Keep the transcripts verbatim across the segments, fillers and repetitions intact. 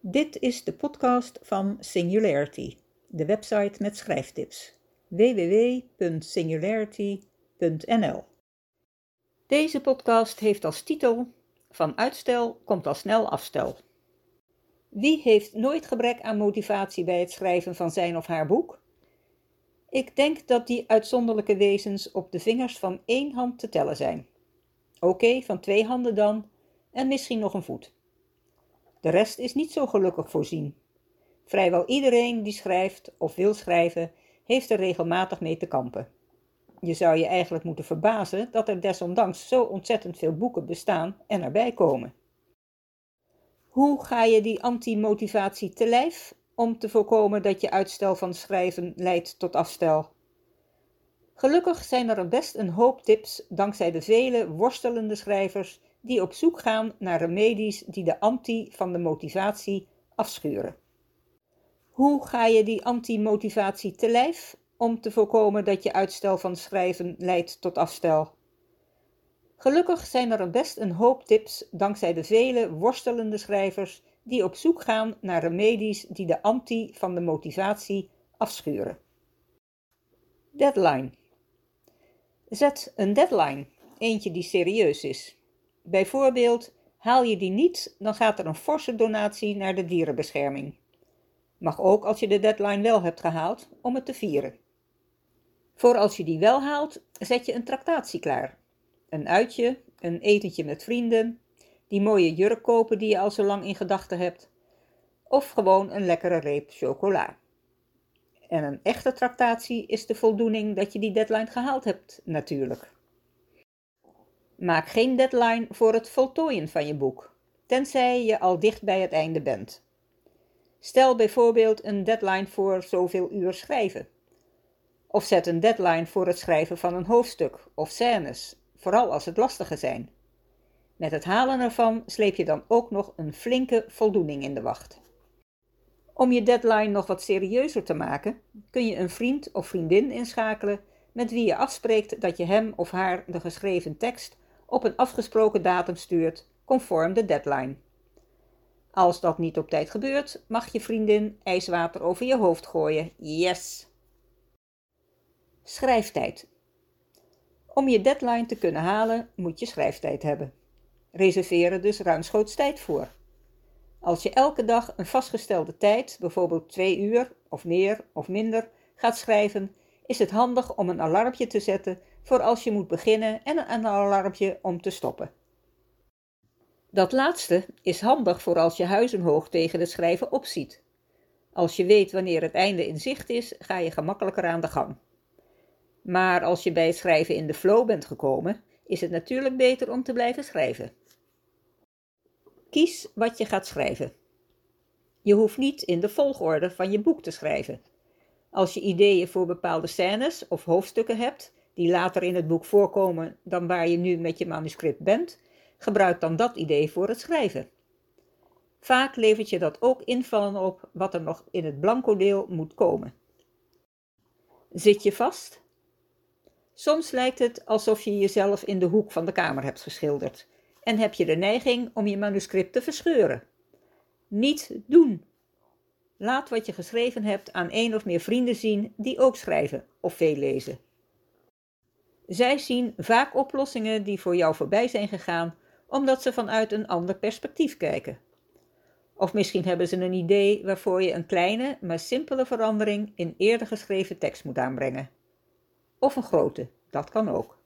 Dit is de podcast van Singularity, de website met schrijftips. w w w punt singularity punt n l. Deze podcast heeft als titel: Van uitstel komt al snel afstel. Wie heeft nooit gebrek aan motivatie bij het schrijven van zijn of haar boek? Ik denk dat die uitzonderlijke wezens op de vingers van één hand te tellen zijn. Oké, van twee handen dan, en misschien nog een voet. De rest is niet zo gelukkig voorzien. Vrijwel iedereen die schrijft of wil schrijven, heeft er regelmatig mee te kampen. Je zou je eigenlijk moeten verbazen dat er desondanks zo ontzettend veel boeken bestaan en erbij komen. Hoe ga je die anti-motivatie te lijf om te voorkomen dat je uitstel van schrijven leidt tot afstel? Gelukkig zijn er best een hoop tips dankzij de vele worstelende schrijvers die op zoek gaan naar remedies die de anti van de motivatie afschuren. Hoe ga je die anti-motivatie te lijf om te voorkomen dat je uitstel van schrijven leidt tot afstel? Gelukkig zijn er best een hoop tips dankzij de vele worstelende schrijvers die op zoek gaan naar remedies die de anti van de motivatie afschuren. Deadline. Zet een deadline, eentje die serieus is. Bijvoorbeeld, haal je die niet, dan gaat er een forse donatie naar de dierenbescherming. Mag ook als je de deadline wel hebt gehaald, om het te vieren. Voor als je die wel haalt, zet je een tractatie klaar. Een uitje, een etentje met vrienden, die mooie jurk kopen die je al zo lang in gedachten hebt, of gewoon een lekkere reep chocola. En een echte tractatie is de voldoening dat je die deadline gehaald hebt, natuurlijk. Maak geen deadline voor het voltooien van je boek, tenzij je al dicht bij het einde bent. Stel bijvoorbeeld een deadline voor zoveel uur schrijven. Of zet een deadline voor het schrijven van een hoofdstuk of scènes, vooral als het lastige zijn. Met het halen ervan sleep je dan ook nog een flinke voldoening in de wacht. Om je deadline nog wat serieuzer te maken, kun je een vriend of vriendin inschakelen met wie je afspreekt dat je hem of haar de geschreven tekst op een afgesproken datum stuurt, conform de deadline. Als dat niet op tijd gebeurt, mag je vriendin ijswater over je hoofd gooien. Yes! Schrijftijd. Om je deadline te kunnen halen, moet je schrijftijd hebben. Reserveer er dus ruimschoots tijd voor. Als je elke dag een vastgestelde tijd, bijvoorbeeld twee uur of meer of minder, gaat schrijven, is het handig om een alarmpje te zetten voor als je moet beginnen en een alarmpje om te stoppen. Dat laatste is handig voor als je huizenhoog tegen het schrijven opziet. Als je weet wanneer het einde in zicht is, ga je gemakkelijker aan de gang. Maar als je bij het schrijven in de flow bent gekomen, is het natuurlijk beter om te blijven schrijven. Kies wat je gaat schrijven. Je hoeft niet in de volgorde van je boek te schrijven. Als je ideeën voor bepaalde scènes of hoofdstukken hebt, die later in het boek voorkomen dan waar je nu met je manuscript bent, gebruik dan dat idee voor het schrijven. Vaak levert je dat ook invallen op wat er nog in het blanco deel moet komen. Zit je vast? Soms lijkt het alsof je jezelf in de hoek van de kamer hebt geschilderd en heb je de neiging om je manuscript te verscheuren. Niet doen! Laat wat je geschreven hebt aan één of meer vrienden zien die ook schrijven of veel lezen. Zij zien vaak oplossingen die voor jou voorbij zijn gegaan, omdat ze vanuit een ander perspectief kijken. Of misschien hebben ze een idee waarvoor je een kleine, maar simpele verandering in eerder geschreven tekst moet aanbrengen. Of een grote, dat kan ook.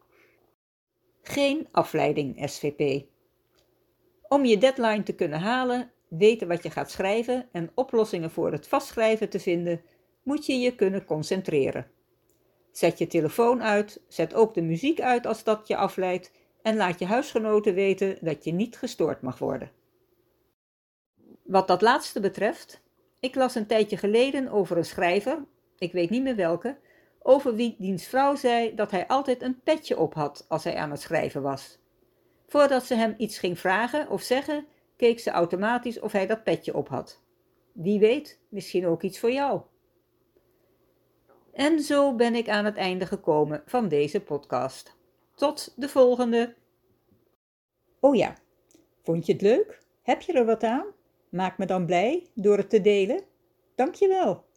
Geen afleiding, S V P. Om je deadline te kunnen halen, weten wat je gaat schrijven en oplossingen voor het vastschrijven te vinden, moet je je kunnen concentreren. Zet je telefoon uit, zet ook de muziek uit als dat je afleidt en laat je huisgenoten weten dat je niet gestoord mag worden. Wat dat laatste betreft, ik las een tijdje geleden over een schrijver, ik weet niet meer welke, over wie diens vrouw zei dat hij altijd een petje op had als hij aan het schrijven was. Voordat ze hem iets ging vragen of zeggen, keek ze automatisch of hij dat petje op had. Wie weet, misschien ook iets voor jou. En zo ben ik aan het einde gekomen van deze podcast. Tot de volgende! Oh ja, vond je het leuk? Heb je er wat aan? Maak me dan blij door het te delen. Dank je wel.